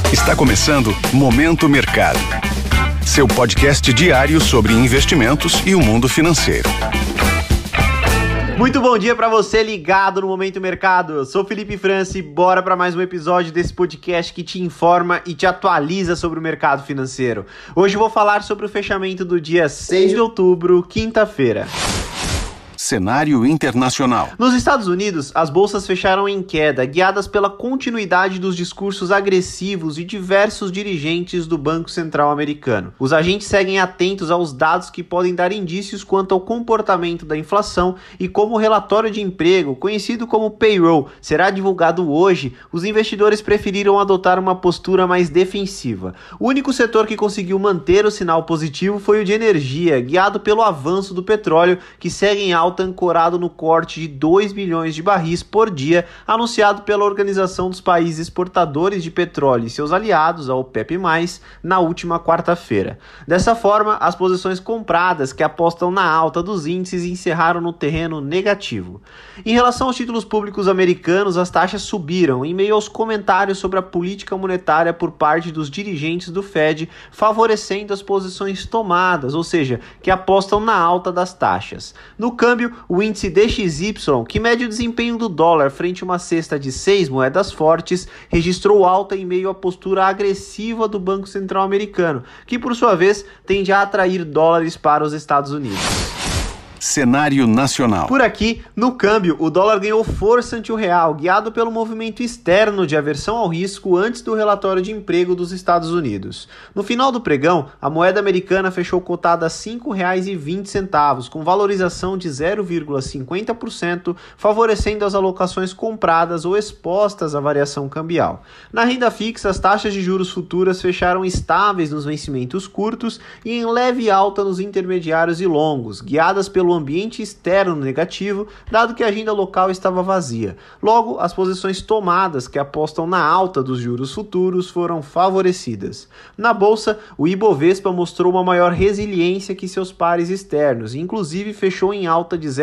Está começando Momento Mercado, seu podcast diário sobre investimentos e o mundo financeiro. Muito bom dia para você ligado no Momento Mercado. Eu sou Felipe França e bora para mais um episódio desse podcast que te informa e te atualiza sobre o mercado financeiro. Hoje eu vou falar sobre o fechamento do dia 6 de outubro, quinta-feira. Cenário internacional. Nos Estados Unidos, as bolsas fecharam em queda, guiadas pela continuidade dos discursos agressivos de diversos dirigentes do Banco Central americano. Os agentes seguem atentos aos dados que podem dar indícios quanto ao comportamento da inflação e como o relatório de emprego, conhecido como payroll, será divulgado hoje, os investidores preferiram adotar uma postura mais defensiva. O único setor que conseguiu manter o sinal positivo foi o de energia, guiado pelo avanço do petróleo, que segue em alta ancorado no corte de 2 milhões de barris por dia, anunciado pela Organização dos Países Exportadores de Petróleo e seus aliados, a OPEP+, na última quarta-feira. Dessa forma, as posições compradas que apostam na alta dos índices encerraram no terreno negativo. Em relação aos títulos públicos americanos, as taxas subiram em meio aos comentários sobre a política monetária por parte dos dirigentes do Fed, favorecendo as posições tomadas, ou seja, que apostam na alta das taxas. No câmbio, o índice DXY, que mede o desempenho do dólar frente a uma cesta de 6 moedas fortes, registrou alta em meio à postura agressiva do Banco Central americano, que por sua vez tende a atrair dólares para os Estados Unidos. Cenário nacional. Por aqui, no câmbio, o dólar ganhou força ante o real, guiado pelo movimento externo de aversão ao risco antes do relatório de emprego dos Estados Unidos. No final do pregão, a moeda americana fechou cotada a R$ 5,20, com valorização de 0,50%, favorecendo as alocações compradas ou expostas à variação cambial. Na renda fixa, as taxas de juros futuras fecharam estáveis nos vencimentos curtos e em leve alta nos intermediários e longos, guiadas pelo ambiente externo negativo, dado que a agenda local estava vazia. Logo, as posições tomadas que apostam na alta dos juros futuros foram favorecidas. Na bolsa, o Ibovespa mostrou uma maior resiliência que seus pares externos, e inclusive fechou em alta de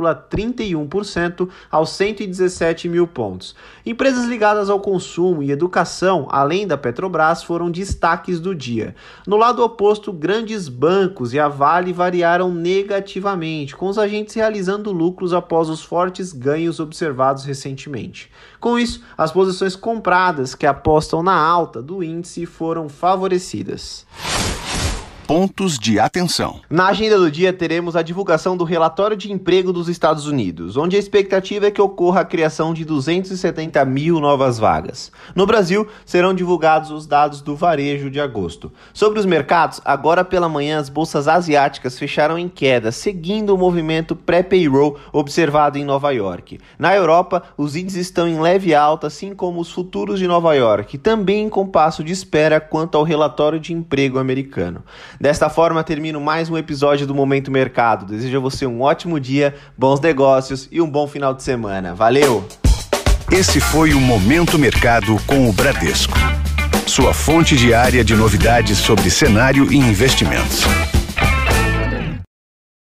0,31% aos 117 mil pontos. Empresas ligadas ao consumo e educação, além da Petrobras, foram destaques do dia. No lado oposto, grandes bancos e a Vale variaram negativamente, com os agentes realizando lucros após os fortes ganhos observados recentemente. Com isso, as posições compradas que apostam na alta do índice foram favorecidas. Pontos de atenção. Na agenda do dia teremos a divulgação do relatório de emprego dos Estados Unidos, onde a expectativa é que ocorra a criação de 270 mil novas vagas. No Brasil, serão divulgados os dados do varejo de agosto. Sobre os mercados, agora pela manhã as bolsas asiáticas fecharam em queda, seguindo o movimento pré-payroll observado em Nova York. Na Europa, os índices estão em leve alta, assim como os futuros de Nova York, também em compasso de espera quanto ao relatório de emprego americano. Desta forma, termino mais um episódio do Momento Mercado. Desejo a você um ótimo dia, bons negócios e um bom final de semana. Valeu! Esse foi o Momento Mercado com o Bradesco, sua fonte diária de novidades sobre cenário e investimentos.